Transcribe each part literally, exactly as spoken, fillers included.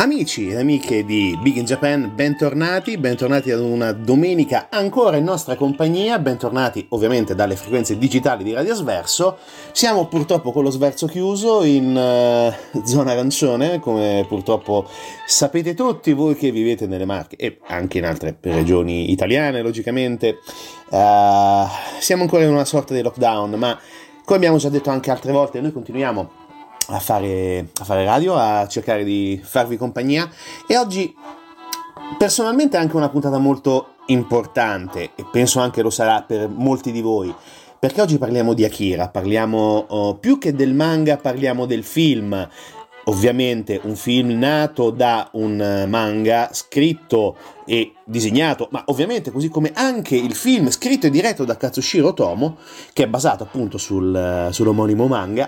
Amici e amiche di Big in Japan, bentornati, bentornati ad una domenica ancora in nostra compagnia, bentornati ovviamente dalle frequenze digitali di Radio Sverso. Siamo purtroppo con lo sverso chiuso in uh, zona arancione, come purtroppo sapete tutti voi che vivete nelle Marche e anche in altre regioni italiane, logicamente. Uh, siamo ancora in una sorta di lockdown, ma come abbiamo già detto anche altre volte, noi continuiamo A fare, a fare radio, a cercare di farvi compagnia, e oggi personalmente è anche una puntata molto importante e penso anche lo sarà per molti di voi, perché oggi parliamo di Akira, parliamo oh, più che del manga, parliamo del film. Ovviamente un film nato da un manga scritto e disegnato, ma ovviamente così come anche il film scritto e diretto da Katsushiro Otomo, che è basato appunto sul, sull'omonimo manga,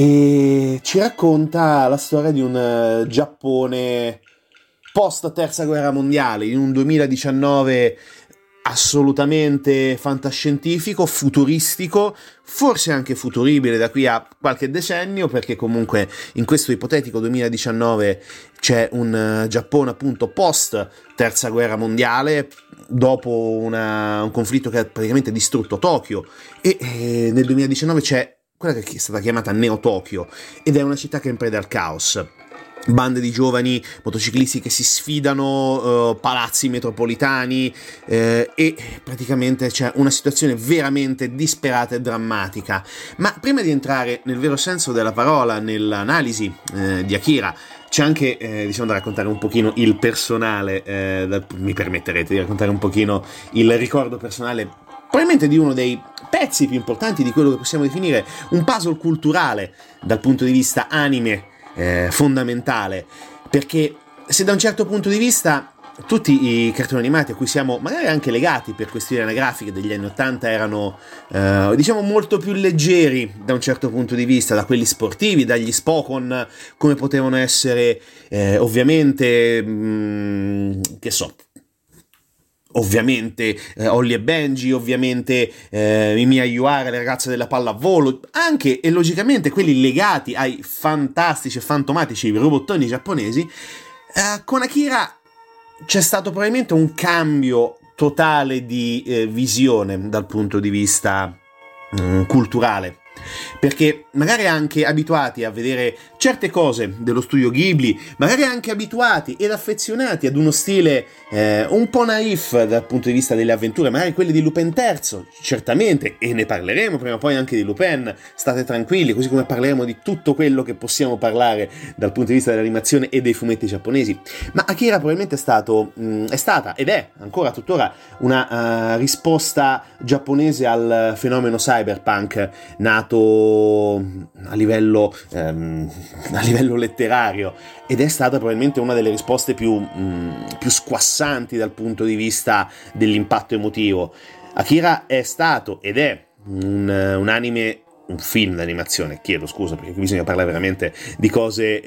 e ci racconta la storia di un uh, Giappone post terza guerra mondiale, in un duemiladiciannove assolutamente fantascientifico, futuristico, forse anche futuribile da qui a qualche decennio, perché comunque in questo ipotetico duemiladiciannove c'è un uh, Giappone appunto post terza guerra mondiale, dopo una, un conflitto che ha praticamente distrutto Tokyo, e eh, nel duemiladiciannove c'è quella che è stata chiamata Neo Tokyo, ed è una città che è in preda al caos. Bande di giovani motociclisti che si sfidano, uh, palazzi metropolitani, eh, e praticamente c'è una situazione veramente disperata e drammatica. Ma prima di entrare nel vero senso della parola, nell'analisi eh, di Akira, c'è anche eh, diciamo da raccontare un pochino il personale, eh, da, mi permetterete di raccontare un pochino il ricordo personale, probabilmente di uno dei pezzi più importanti di quello che possiamo definire un puzzle culturale dal punto di vista anime, eh, fondamentale, perché se da un certo punto di vista tutti i cartoni animati a cui siamo magari anche legati per questioni anagrafiche degli anni ottanta erano eh, diciamo molto più leggeri da un certo punto di vista, da quelli sportivi, dagli Spokon, come potevano essere eh, ovviamente mh, che so ovviamente eh, Holly e Benji, ovviamente eh, Mimiya Yuara, le ragazze della pallavolo, anche e logicamente quelli legati ai fantastici e fantomatici robottoni giapponesi. Eh, con Akira c'è stato probabilmente un cambio totale di eh, visione dal punto di vista mh, culturale, perché magari anche abituati a vedere certe cose dello studio Ghibli, magari anche abituati ed affezionati ad uno stile eh, un po' naif dal punto di vista delle avventure, magari quelli di Lupin terzo, certamente, e ne parleremo prima o poi anche di Lupin, state tranquilli, così come parleremo di tutto quello che possiamo parlare dal punto di vista dell'animazione e dei fumetti giapponesi. Ma Akira probabilmente è stato mh, è stata ed è ancora tuttora una uh, risposta giapponese al fenomeno cyberpunk nato a livello ehm, a livello letterario, ed è stata probabilmente una delle risposte più, mh, più squassanti dal punto di vista dell'impatto emotivo. Akira è stato ed è un, un anime, un film d'animazione, chiedo scusa perché qui bisogna parlare veramente di cose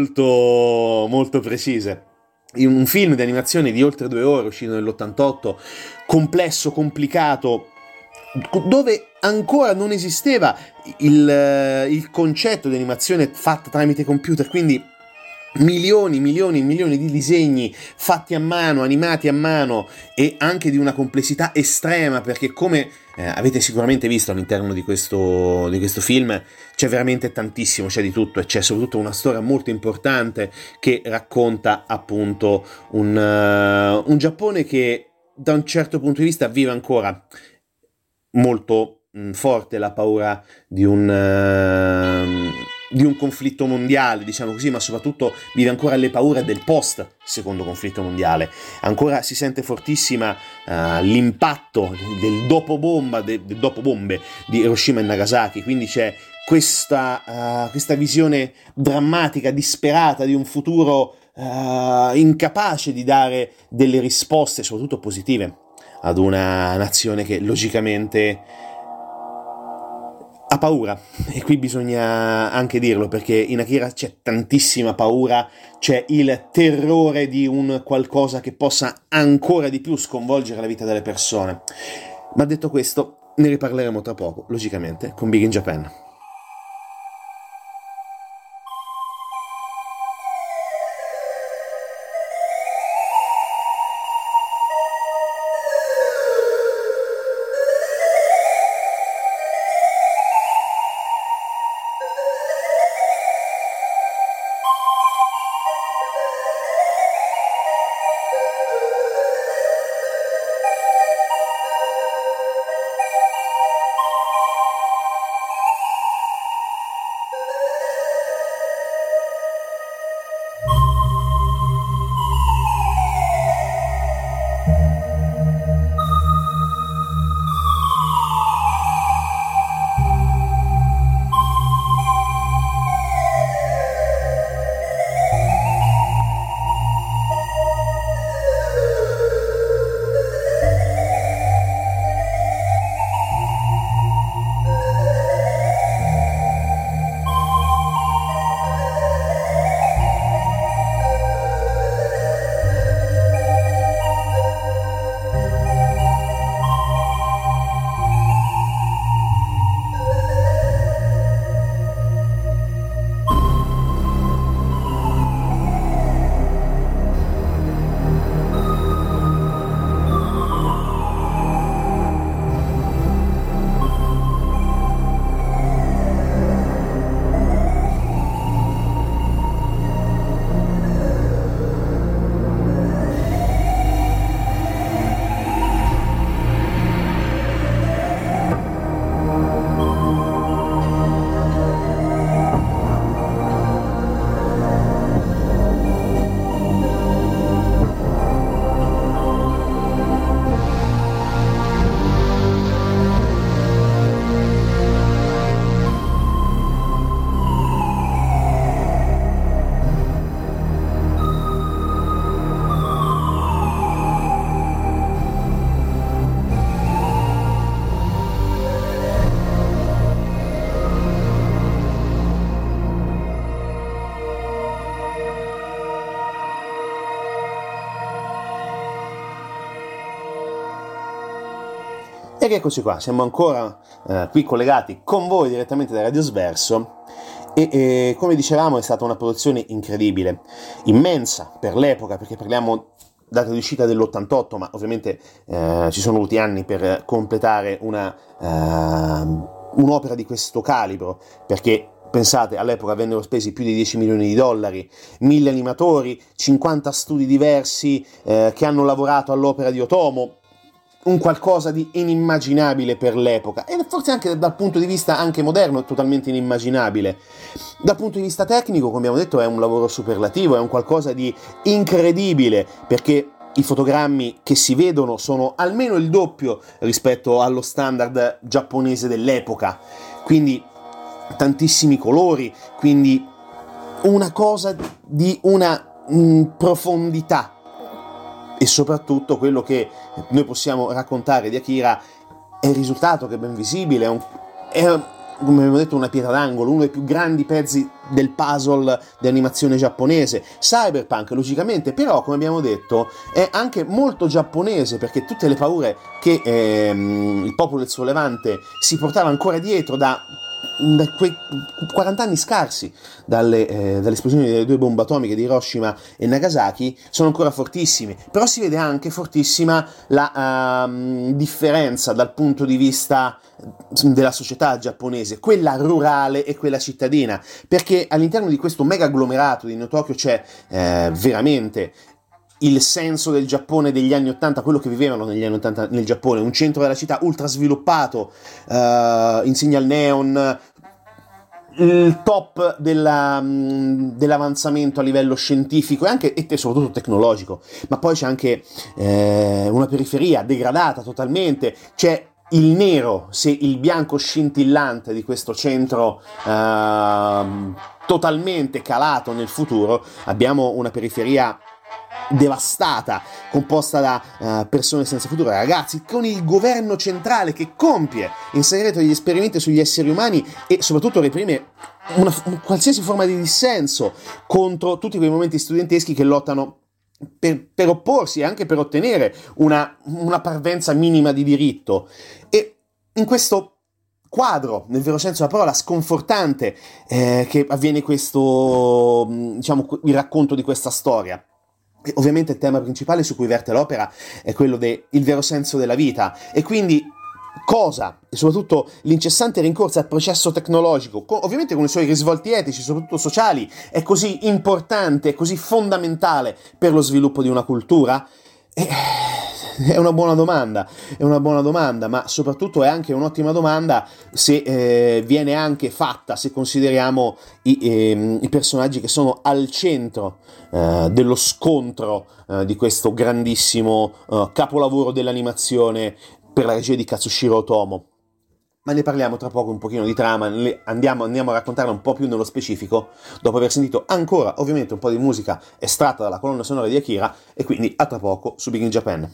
molto molto precise. Un film di animazione di oltre due ore, uscito nell'ottantotto, complesso, complicato, dove ancora non esisteva il, il concetto di animazione fatta tramite computer, quindi milioni, milioni, milioni di disegni fatti a mano, animati a mano, e anche di una complessità estrema, perché come eh, avete sicuramente visto all'interno di questo, di questo film c'è veramente tantissimo, c'è di tutto, e c'è soprattutto una storia molto importante che racconta appunto un, uh, un Giappone che da un certo punto di vista vive ancora molto mh, forte la paura di un uh, di un conflitto mondiale, diciamo così, ma soprattutto vive ancora le paure del post secondo conflitto mondiale. Ancora si sente fortissima uh, l'impatto del dopo bomba de, del dopo bombe di Hiroshima e Nagasaki, quindi c'è questa uh, questa visione drammatica, disperata di un futuro uh, incapace di dare delle risposte soprattutto positive ad una nazione che logicamente ha paura, e qui bisogna anche dirlo, perché in Akira c'è tantissima paura, c'è il terrore di un qualcosa che possa ancora di più sconvolgere la vita delle persone. Ma detto questo, ne riparleremo tra poco, logicamente, con Big in Japan. Ed eccoci qua, siamo ancora eh, qui collegati con voi direttamente da Radiosverso e eh, come dicevamo è stata una produzione incredibile, immensa per l'epoca, perché parliamo data di uscita dell'ottantotto, ma ovviamente eh, ci sono voluti anni per completare una, uh, un'opera di questo calibro, perché pensate, all'epoca vennero spesi più di dieci milioni di dollari, mille animatori, cinquanta studi diversi eh, che hanno lavorato all'opera di Otomo, un qualcosa di inimmaginabile per l'epoca, e forse anche dal punto di vista anche moderno è totalmente inimmaginabile. Dal punto di vista tecnico, come abbiamo detto, è un lavoro superlativo, è un qualcosa di incredibile, perché i fotogrammi che si vedono sono almeno il doppio rispetto allo standard giapponese dell'epoca, quindi tantissimi colori, quindi una cosa di una mh, profondità. E soprattutto quello che noi possiamo raccontare di Akira è il risultato che è ben visibile, è, un, è come abbiamo detto una pietra d'angolo, uno dei più grandi pezzi del puzzle di animazione giapponese. Cyberpunk logicamente, però come abbiamo detto è anche molto giapponese, perché tutte le paure che ehm, il popolo del sollevante si portava ancora dietro da da quei quaranta anni scarsi dalle, eh, dall'esplosione delle due bombe atomiche di Hiroshima e Nagasaki sono ancora fortissimi, però si vede anche fortissima la uh, differenza dal punto di vista della società giapponese, quella rurale e quella cittadina, perché all'interno di questo mega agglomerato di Neo Tokyo c'è eh, veramente il senso del Giappone degli anni ottanta, quello che vivevano negli anni ottanta nel Giappone, un centro della città ultra sviluppato, uh, insegna il neon, il top della, dell'avanzamento a livello scientifico e anche e soprattutto tecnologico, ma poi c'è anche eh, una periferia degradata totalmente, c'è il nero, se il bianco scintillante di questo centro uh, totalmente calato nel futuro. Abbiamo una periferia devastata, composta da uh, persone senza futuro, ragazzi, con il governo centrale che compie in segreto gli esperimenti sugli esseri umani e soprattutto reprime una, una qualsiasi forma di dissenso contro tutti quei momenti studenteschi che lottano per, per opporsi e anche per ottenere una, una parvenza minima di diritto. E in questo quadro, nel vero senso della parola, sconfortante, eh, che avviene questo, diciamo, il racconto di questa storia. E ovviamente il tema principale su cui verte l'opera è quello del vero senso della vita, e quindi cosa, e soprattutto l'incessante rincorsa al processo tecnologico, con, ovviamente con i suoi risvolti etici, soprattutto sociali, è così importante, è così fondamentale per lo sviluppo di una cultura? E... È una buona domanda, è una buona domanda, ma soprattutto è anche un'ottima domanda se eh, viene anche fatta, se consideriamo i, eh, i personaggi che sono al centro eh, dello scontro eh, di questo grandissimo eh, capolavoro dell'animazione per la regia di Katsushiro Otomo. Ma ne parliamo tra poco un pochino di trama, andiamo, andiamo a raccontarla un po' più nello specifico, dopo aver sentito ancora ovviamente un po' di musica estratta dalla colonna sonora di Akira, e quindi a tra poco su Big in Japan.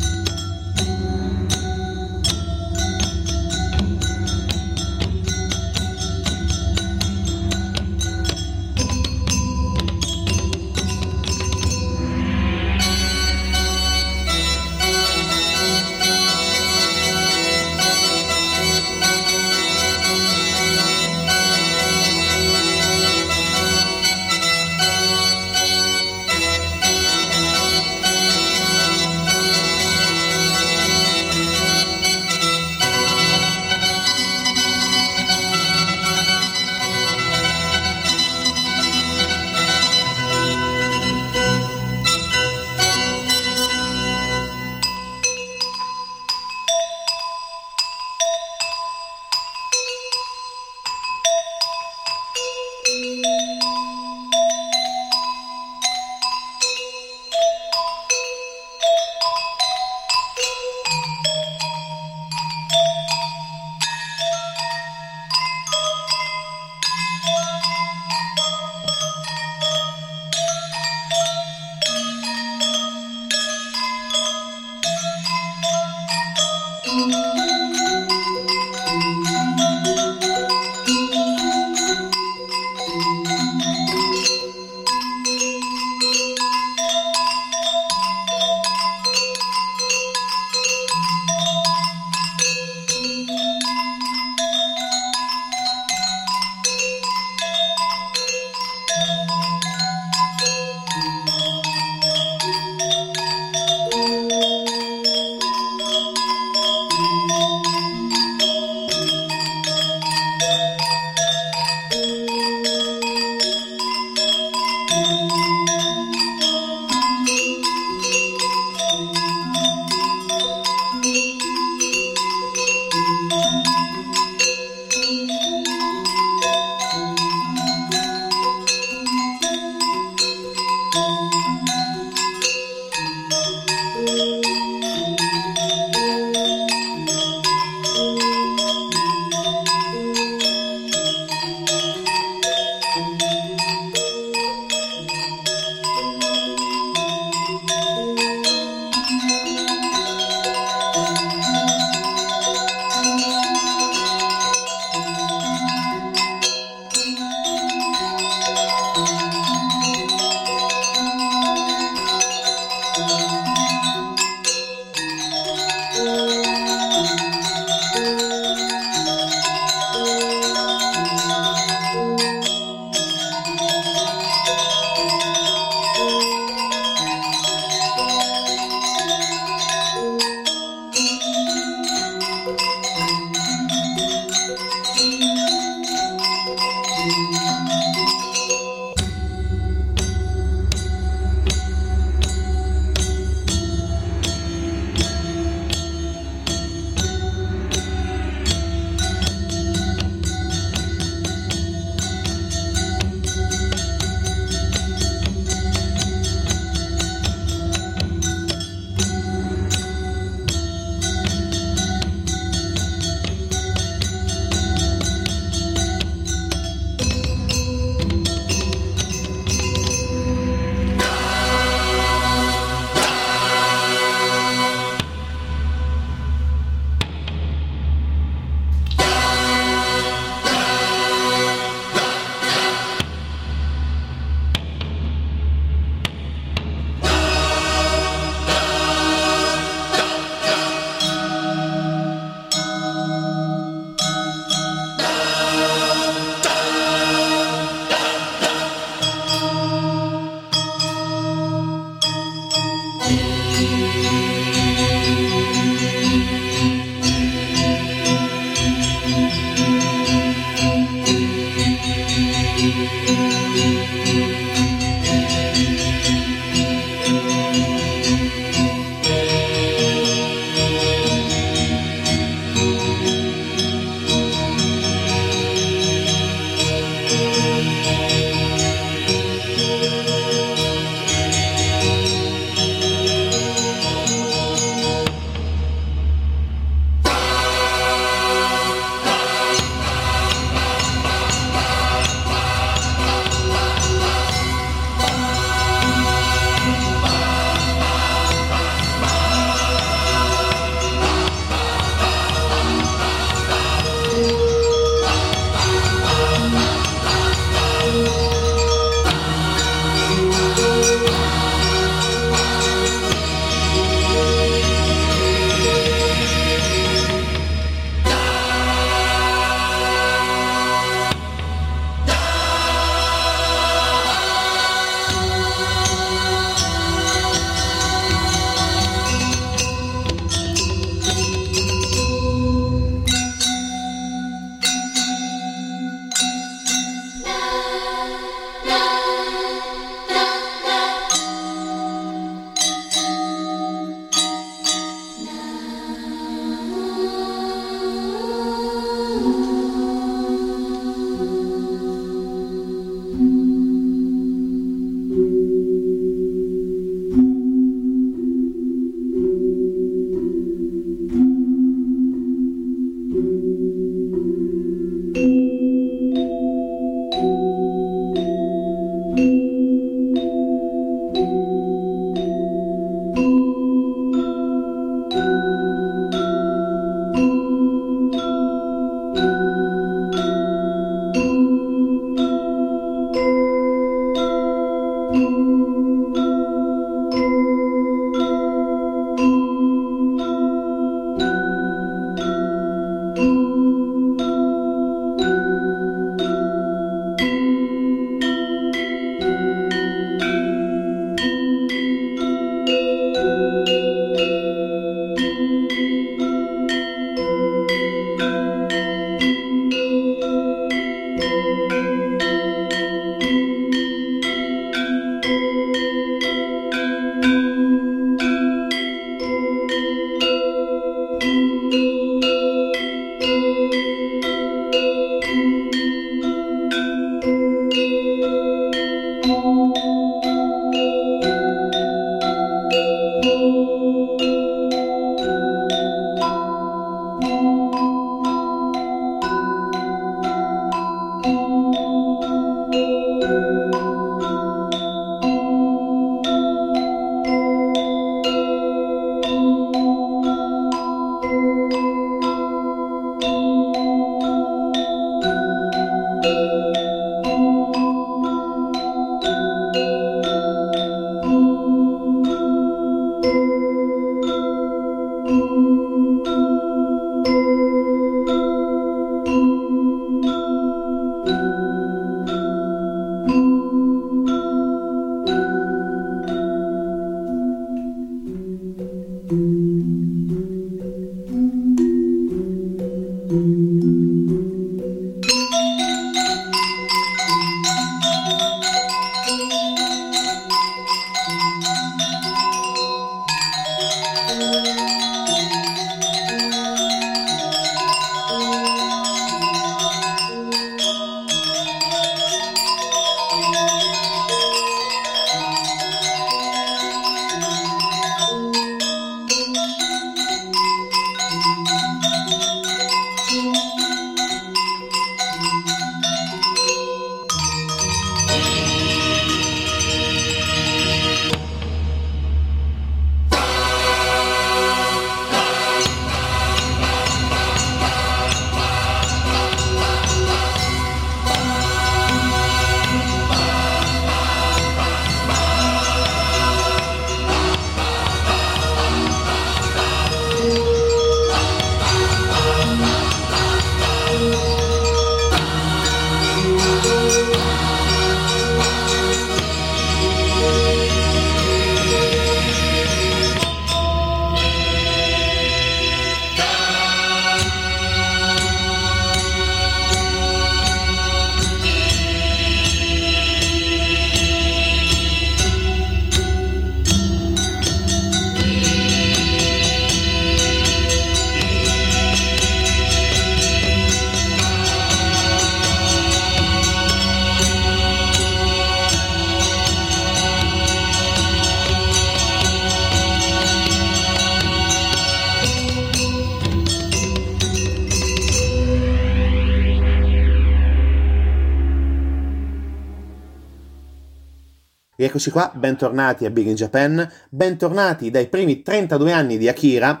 Eccoci qua, bentornati a Big in Japan, bentornati dai primi trentadue anni di Akira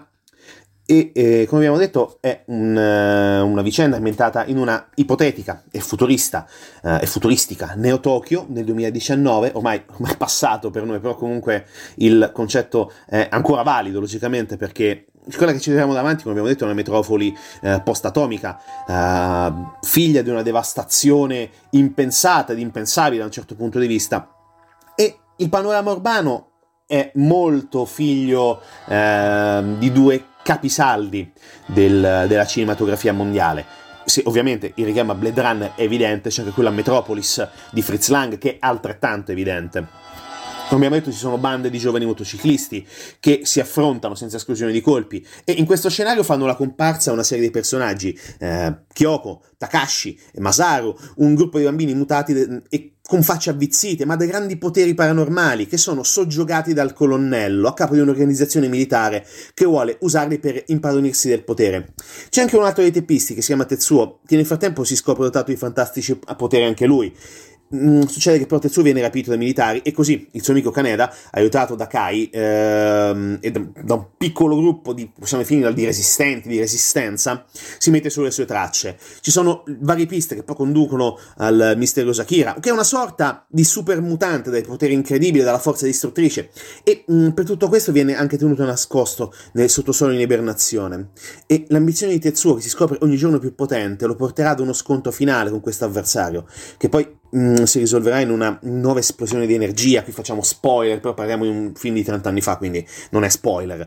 e eh, come abbiamo detto è un, uh, una vicenda ambientata in una ipotetica e futurista uh, e futuristica Neo Tokyo nel duemiladiciannove, ormai, ormai passato per noi, però comunque il concetto è ancora valido logicamente perché quella che ci troviamo davanti, come abbiamo detto, è una metropoli eh, post-atomica, eh, figlia di una devastazione impensata ed impensabile da un certo punto di vista. E il panorama urbano è molto figlio eh, di due capisaldi del, della cinematografia mondiale. Se ovviamente il richiamo a Blade Runner è evidente, c'è anche quella Metropolis di Fritz Lang che è altrettanto evidente. Come abbiamo detto, ci sono bande di giovani motociclisti che si affrontano senza esclusione di colpi e in questo scenario fanno la comparsa una serie di personaggi, eh, Kyoko, Takashi, Masaru, un gruppo di bambini mutati de- e con facce avvizzite ma dai grandi poteri paranormali che sono soggiogati dal colonnello a capo di un'organizzazione militare che vuole usarli per impadronirsi del potere. C'è anche un altro dei teppisti che si chiama Tetsuo, che nel frattempo si scopre dotato di fantastici poteri anche lui. Mm, succede che però Tetsuo viene rapito dai militari e così il suo amico Kaneda, aiutato da Kai ehm, e da, da un piccolo gruppo di, possiamo definirlo, di resistenti, di resistenza, si mette sulle sue tracce. Ci sono varie piste che poi conducono al misterioso Akira, che è una sorta di super mutante dai poteri incredibili, dalla forza distruttrice e mm, per tutto questo viene anche tenuto nascosto nel sottosuolo in ibernazione e l'ambizione di Tetsuo, che si scopre ogni giorno più potente, lo porterà ad uno scontro finale con questo avversario che poi Mm, si risolverà in una nuova esplosione di energia. Qui facciamo spoiler, però parliamo di un film di trenta anni fa, quindi non è spoiler,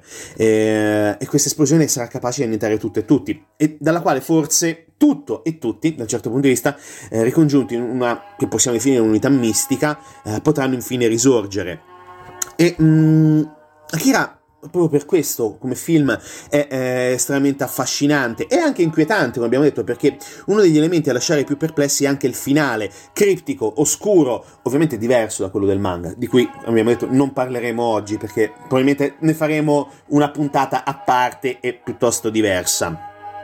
e, e questa esplosione sarà capace di annientare tutto e tutti, e dalla quale forse tutto e tutti, da un certo punto di vista, eh, ricongiunti in una che possiamo definire un'unità mistica, eh, potranno infine risorgere. E mm, Akira, proprio per questo, come film, è, è estremamente affascinante e anche inquietante, come abbiamo detto, perché uno degli elementi a lasciare più perplessi è anche il finale, criptico, oscuro, ovviamente diverso da quello del manga, di cui abbiamo detto non parleremo oggi, perché probabilmente ne faremo una puntata a parte e piuttosto diversa.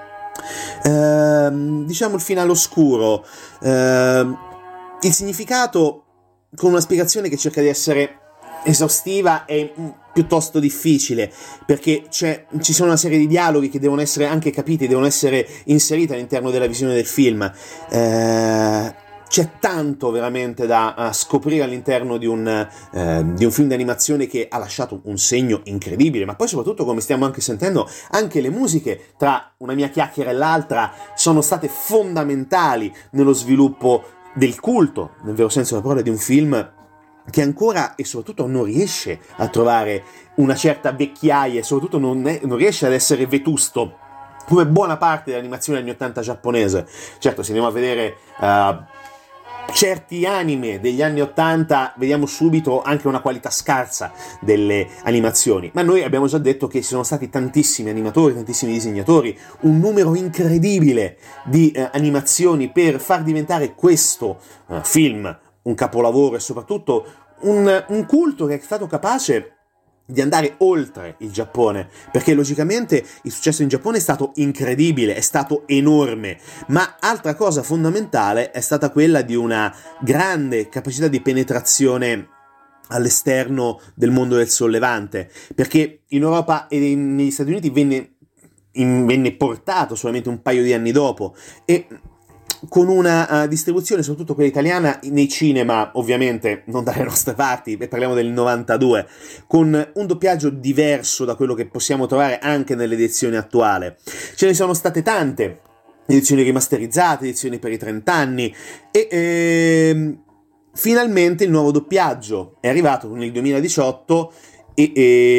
Ehm, diciamo il finale oscuro, ehm, il significato con una spiegazione che cerca di essere esaustiva e piuttosto difficile, perché c'è, ci sono una serie di dialoghi che devono essere anche capiti, devono essere inseriti all'interno della visione del film. Eh, c'è tanto veramente da uh, scoprire all'interno di un, uh, di un film d'animazione che ha lasciato un segno incredibile, ma poi soprattutto, come stiamo anche sentendo, anche le musiche tra una mia chiacchiera e l'altra sono state fondamentali nello sviluppo del culto, nel vero senso della parola, di un film che ancora e soprattutto non riesce a trovare una certa vecchiaia e soprattutto non, è, non riesce ad essere vetusto come buona parte dell'animazione anni ottanta giapponese. Certo, se andiamo a vedere uh, certi anime degli anni ottanta, vediamo subito anche una qualità scarsa delle animazioni, ma noi abbiamo già detto che ci sono stati tantissimi animatori, tantissimi disegnatori, un numero incredibile di uh, animazioni per far diventare questo uh, film un capolavoro e soprattutto un, un culto che è stato capace di andare oltre il Giappone, perché logicamente il successo in Giappone è stato incredibile, è stato enorme, ma altra cosa fondamentale è stata quella di una grande capacità di penetrazione all'esterno del mondo del sollevante, perché in Europa e negli Stati Uniti venne, in, venne portato solamente un paio di anni dopo e con una uh, distribuzione, soprattutto quella italiana, nei cinema, ovviamente non dalle nostre parti, e parliamo del novantadue, con un doppiaggio diverso da quello che possiamo trovare anche nell'edizione attuale. Ce ne sono state tante, edizioni rimasterizzate, edizioni per i trenta anni, e ehm, finalmente il nuovo doppiaggio è arrivato nel duemiladiciotto e...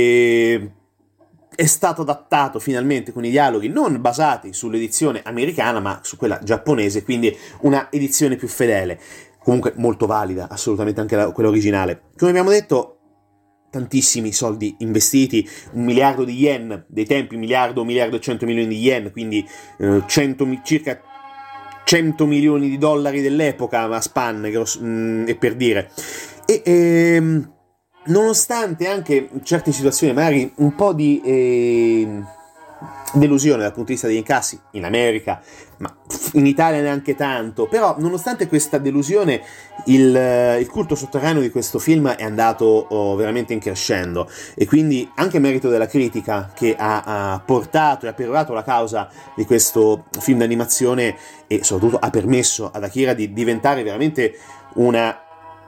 e è stato adattato finalmente con i dialoghi non basati sull'edizione americana ma su quella giapponese, quindi una edizione più fedele, comunque molto valida, assolutamente anche la, quella originale. Come abbiamo detto, tantissimi soldi investiti, un miliardo di yen, dei tempi un miliardo, un miliardo e cento milioni di yen, quindi eh, cento, circa cento milioni di dollari dell'epoca a span, grosso, mh, è per dire. E... Ehm, nonostante anche in certe situazioni magari un po' di eh, delusione dal punto di vista degli incassi in America, ma in Italia neanche tanto, però nonostante questa delusione il, il culto sotterraneo di questo film è andato oh, veramente in crescendo, e quindi anche merito della critica che ha, ha portato e ha periorato la causa di questo film d'animazione e soprattutto ha permesso ad Akira di diventare veramente una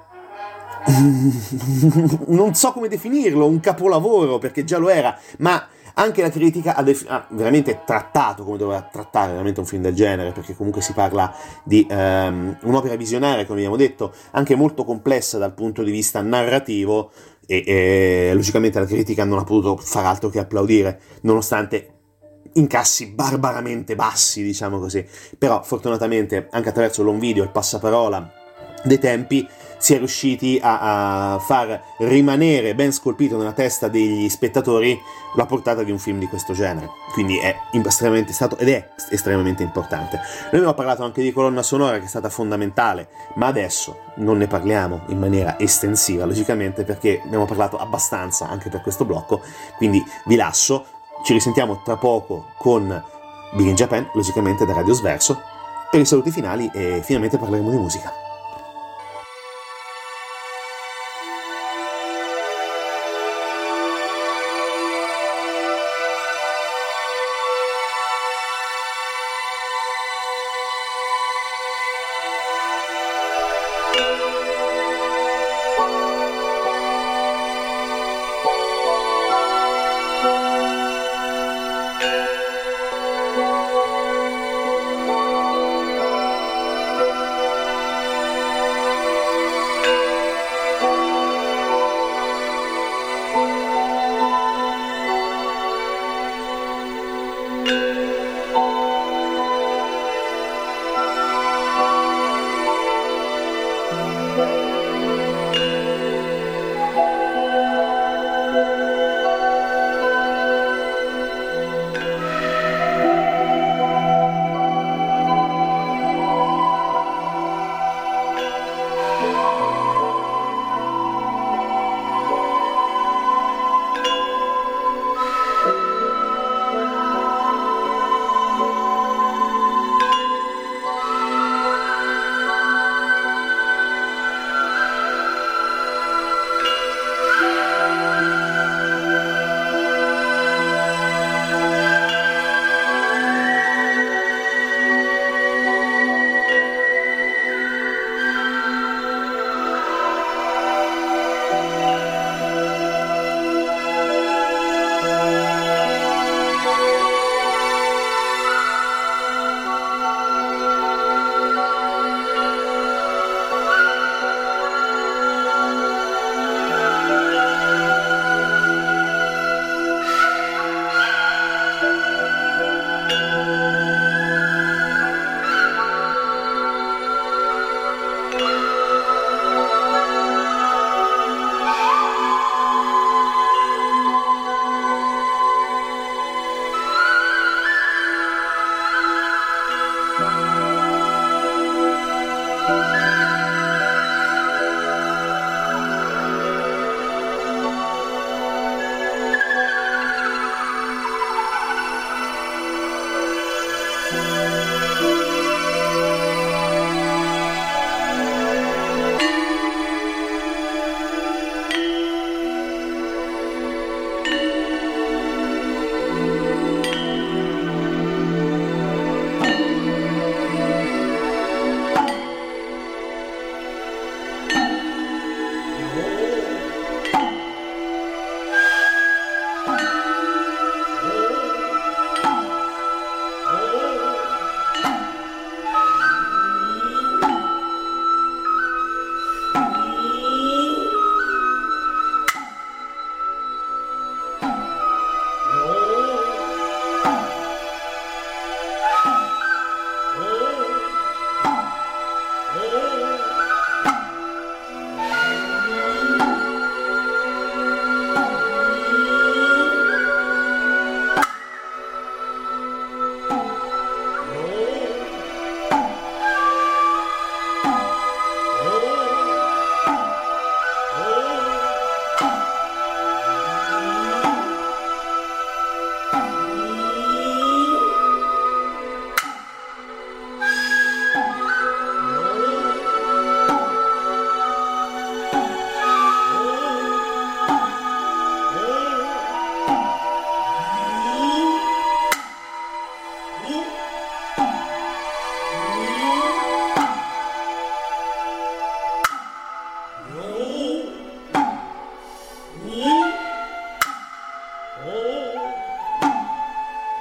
non so come definirlo, un capolavoro, perché già lo era, ma anche la critica ha, def- ha veramente trattato come doveva trattare veramente un film del genere, perché comunque si parla di um, un'opera visionaria, come abbiamo detto, anche molto complessa dal punto di vista narrativo, e, e logicamente la critica non ha potuto far altro che applaudire, nonostante incassi barbaramente bassi, diciamo così. Però fortunatamente anche attraverso l'home video, il passaparola dei tempi, si è riusciti a, a far rimanere ben scolpito nella testa degli spettatori la portata di un film di questo genere, quindi è estremamente stato ed è estremamente importante. Noi abbiamo parlato anche di colonna sonora, che è stata fondamentale, ma adesso non ne parliamo in maniera estensiva, logicamente, perché abbiamo parlato abbastanza anche per questo blocco, quindi vi lascio, ci risentiamo tra poco con Big in Japan, logicamente da Radio Sverso, per i saluti finali, e finalmente parleremo di musica.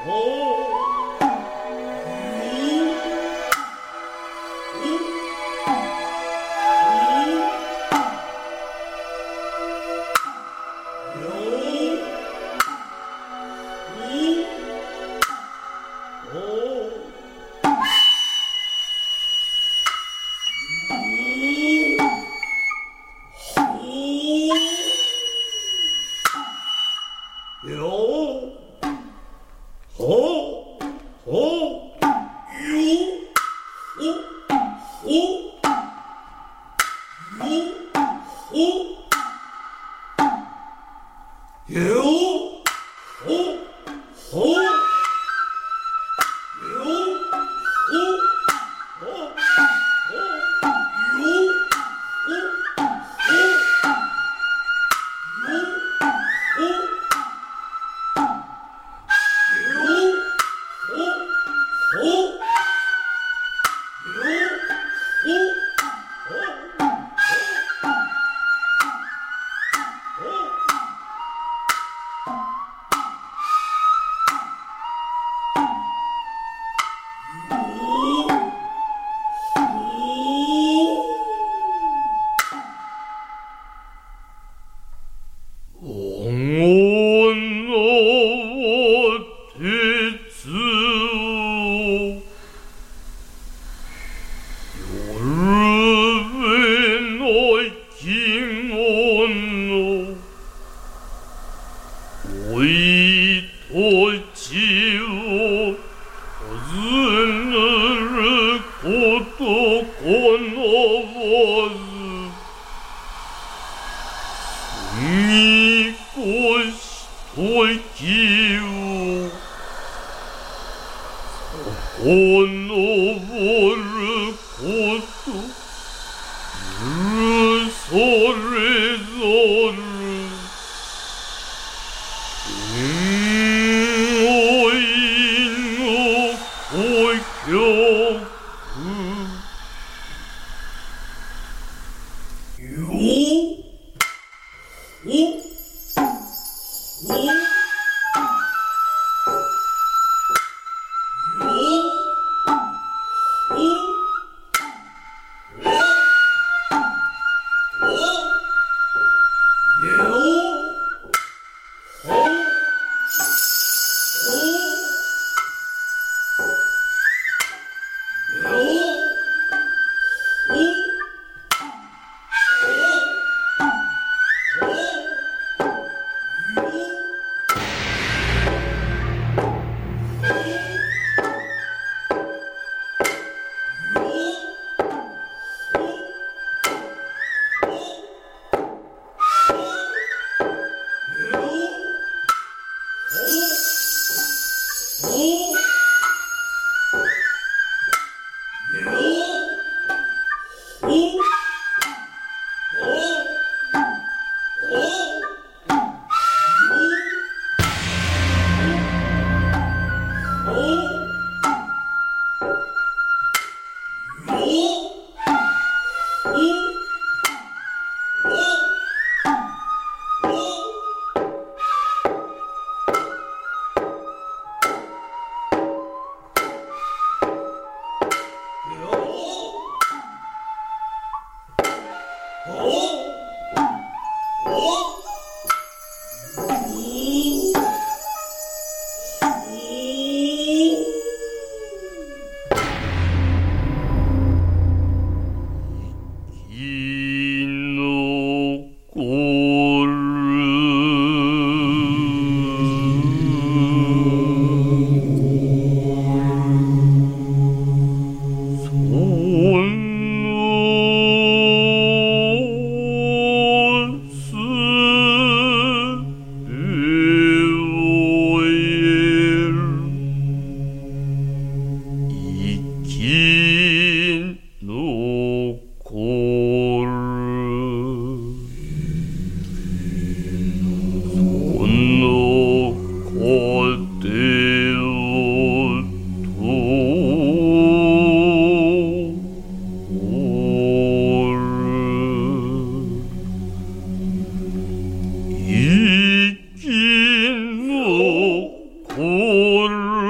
Ikino kor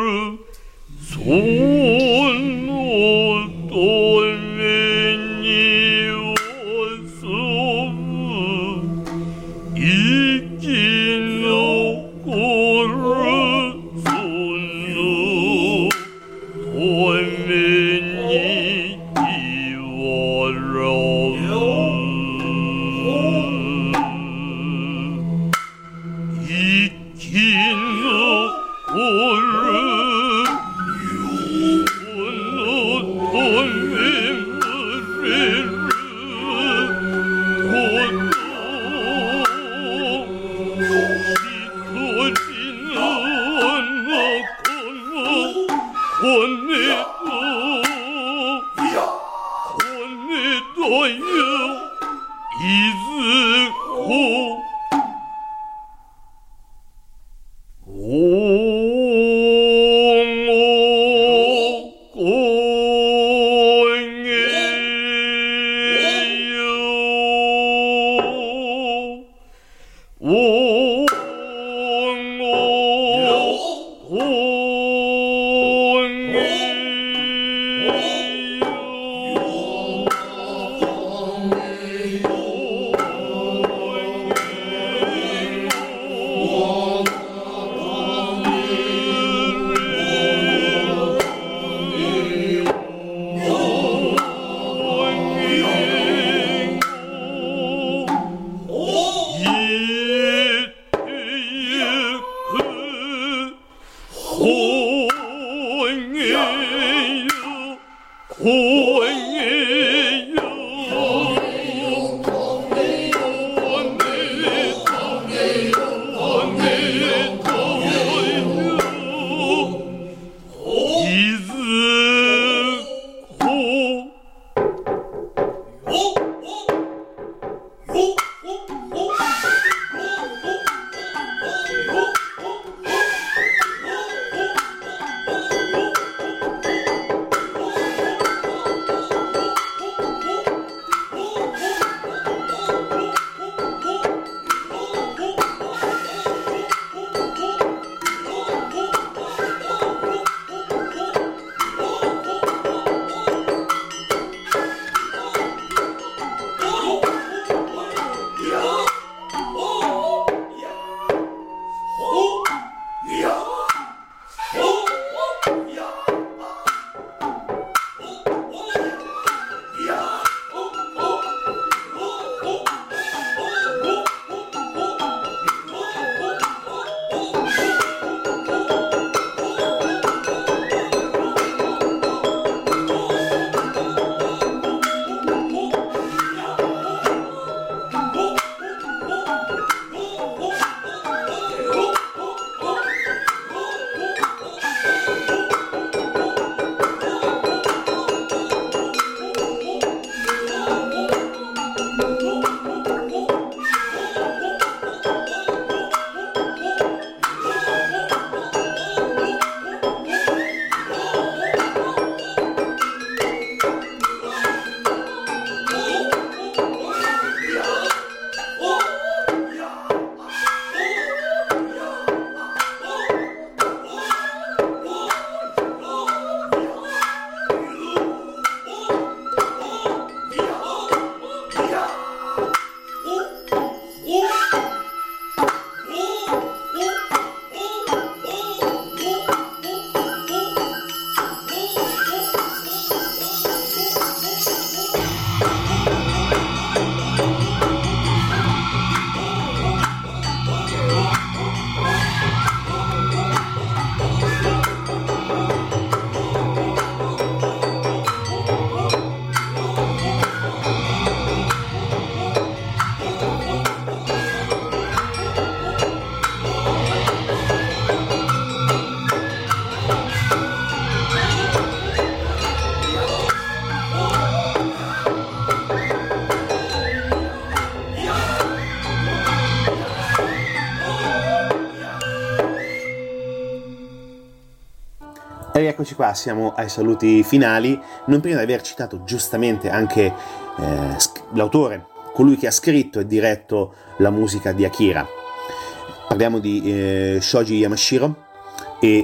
E eccoci qua, siamo ai saluti finali, non prima di aver citato giustamente anche eh, l'autore, colui che ha scritto e diretto la musica di Akira. Parliamo di eh, Shoji Yamashiro, e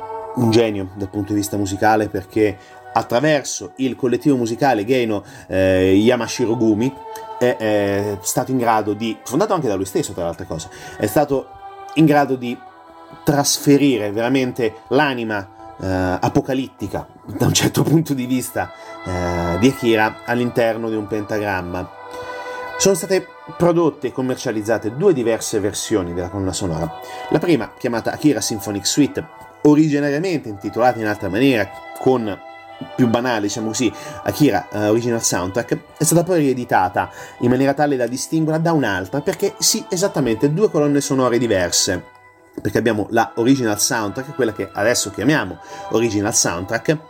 un genio dal punto di vista musicale, perché attraverso il collettivo musicale Geino eh, Yamashiro Gumi è, è stato in grado di, fondato anche da lui stesso tra le altre cose, è stato in grado di trasferire veramente l'anima Uh, apocalittica da un certo punto di vista uh, di Akira all'interno di un pentagramma. Sono state prodotte e commercializzate due diverse versioni della colonna sonora. La prima, chiamata Akira Symphonic Suite, originariamente intitolata in altra maniera, con più banale, diciamo così, Akira uh, Original Soundtrack, è stata poi rieditata in maniera tale da distinguerla da un'altra, perché sì, esattamente due colonne sonore diverse, perché abbiamo la Original Soundtrack, quella che adesso chiamiamo Original Soundtrack,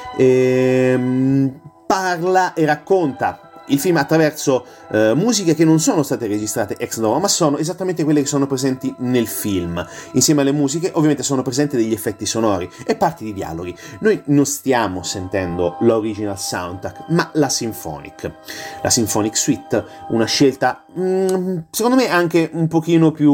ehm, parla e racconta il film attraverso eh, musiche che non sono state registrate ex novo, ma sono esattamente quelle che sono presenti nel film. Insieme alle musiche ovviamente sono presenti degli effetti sonori e parti di dialoghi. Noi non stiamo sentendo l'original soundtrack, ma la Symphonic. La Symphonic Suite, una scelta mm, secondo me anche un pochino più,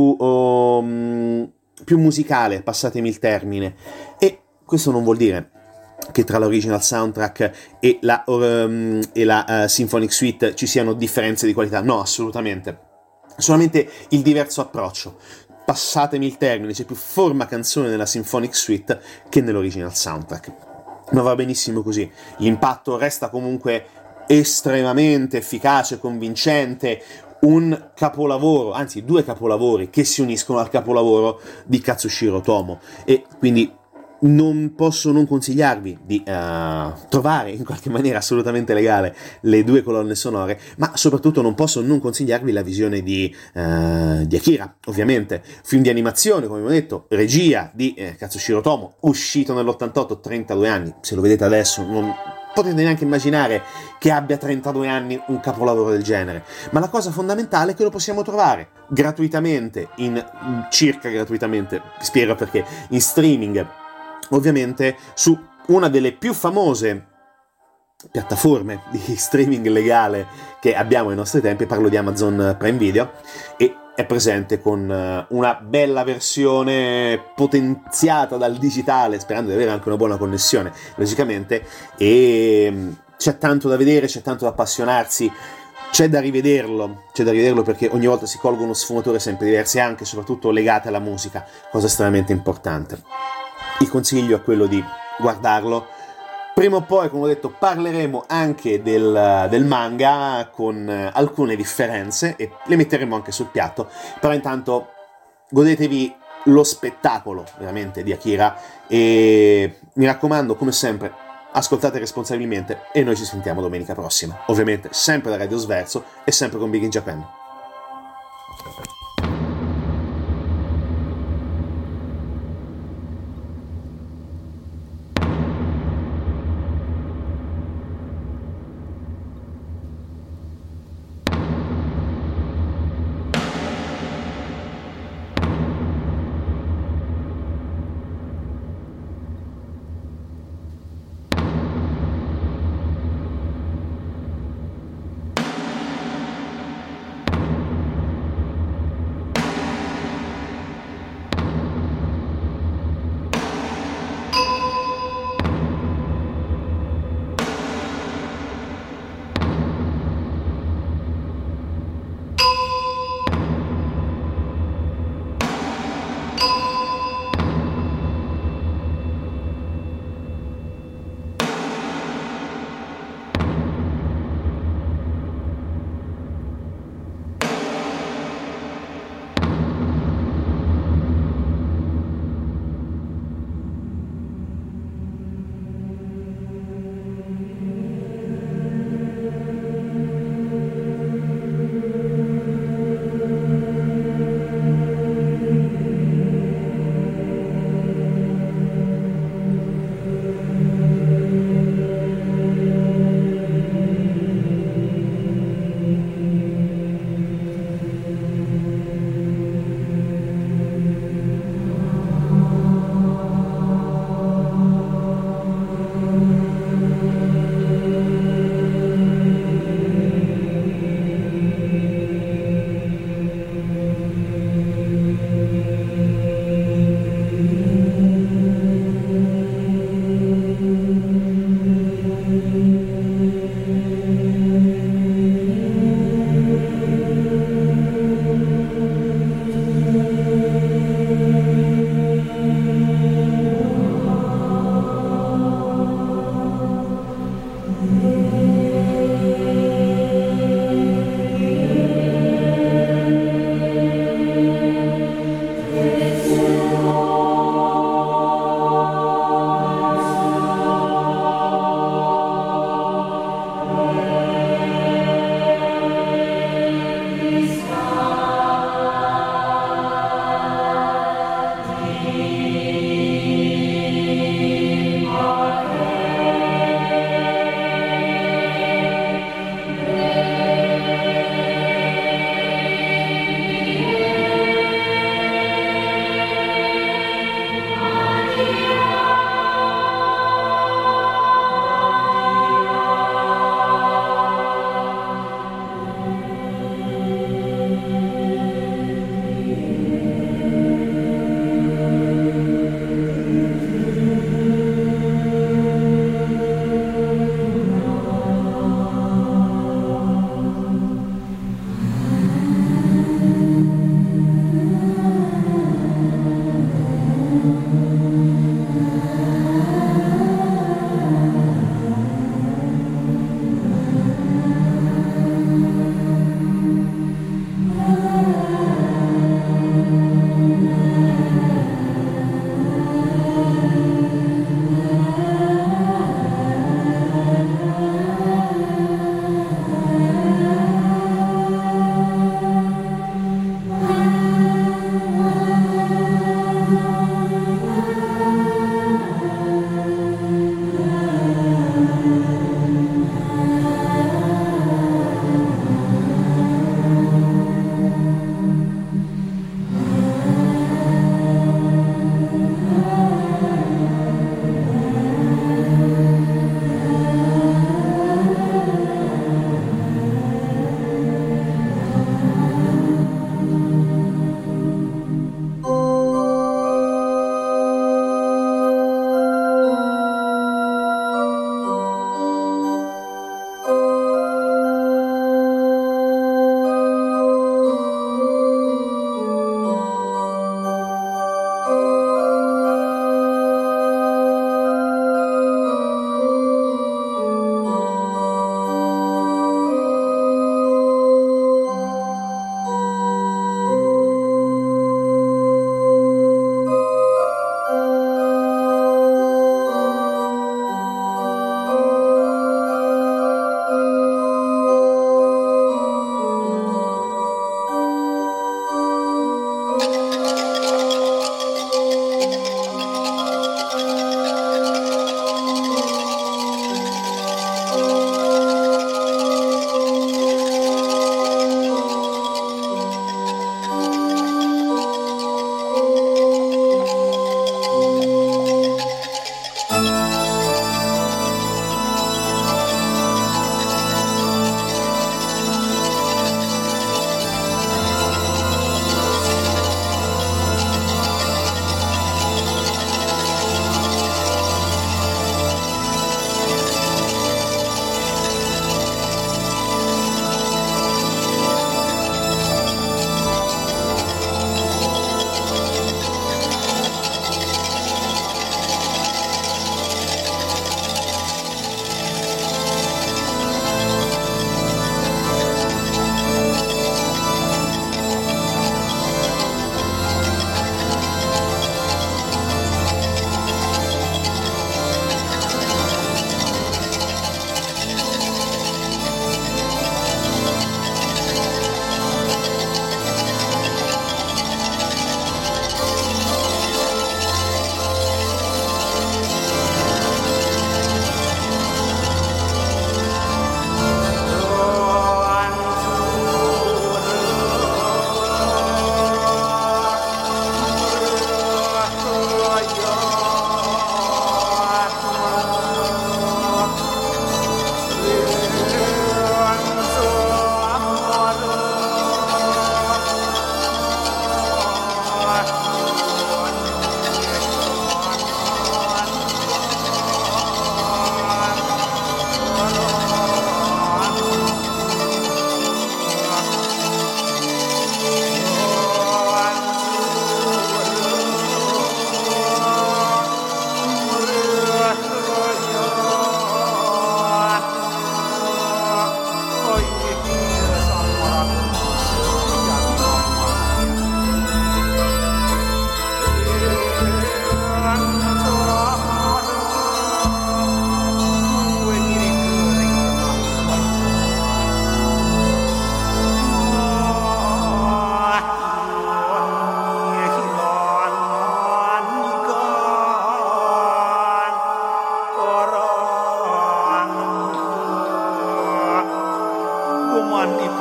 um, più musicale, passatemi il termine, e questo non vuol dire che tra l'original soundtrack e la, um, e la uh, Symphonic Suite ci siano differenze di qualità. No, assolutamente. Solamente il diverso approccio. Passatemi il termine, c'è più forma canzone nella Symphonic Suite che nell'original soundtrack. Ma va benissimo così. L'impatto resta comunque estremamente efficace, convincente. Un capolavoro, anzi due capolavori che si uniscono al capolavoro di Kazushiro Otomo. E quindi non posso non consigliarvi di uh, trovare in qualche maniera assolutamente legale le due colonne sonore, ma soprattutto non posso non consigliarvi la visione di, uh, di Akira, ovviamente, film di animazione, come abbiamo detto, regia di eh, Kazushiro Otomo, uscito nell'ottantotto, trentadue anni, se lo vedete adesso non potete neanche immaginare che abbia trentadue anni un capolavoro del genere, ma la cosa fondamentale è che lo possiamo trovare gratuitamente, in circa gratuitamente, spiego perché, in streaming, ovviamente su una delle più famose piattaforme di streaming legale che abbiamo ai nostri tempi, parlo di Amazon Prime Video, e è presente con una bella versione potenziata dal digitale, sperando di avere anche una buona connessione, logicamente, e c'è tanto da vedere, c'è tanto da appassionarsi, c'è da rivederlo, c'è da rivederlo perché ogni volta si colgono sfumature sempre diverse, anche e soprattutto legate alla musica, cosa estremamente importante. Il consiglio è quello di guardarlo. Prima o poi, come ho detto, parleremo anche del, del manga con alcune differenze e le metteremo anche sul piatto, però intanto godetevi lo spettacolo veramente di Akira e mi raccomando, come sempre, ascoltate responsabilmente e noi ci sentiamo domenica prossima, ovviamente sempre da Radio Sverso e sempre con Big in Japan.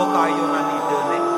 kayo na ni Dene.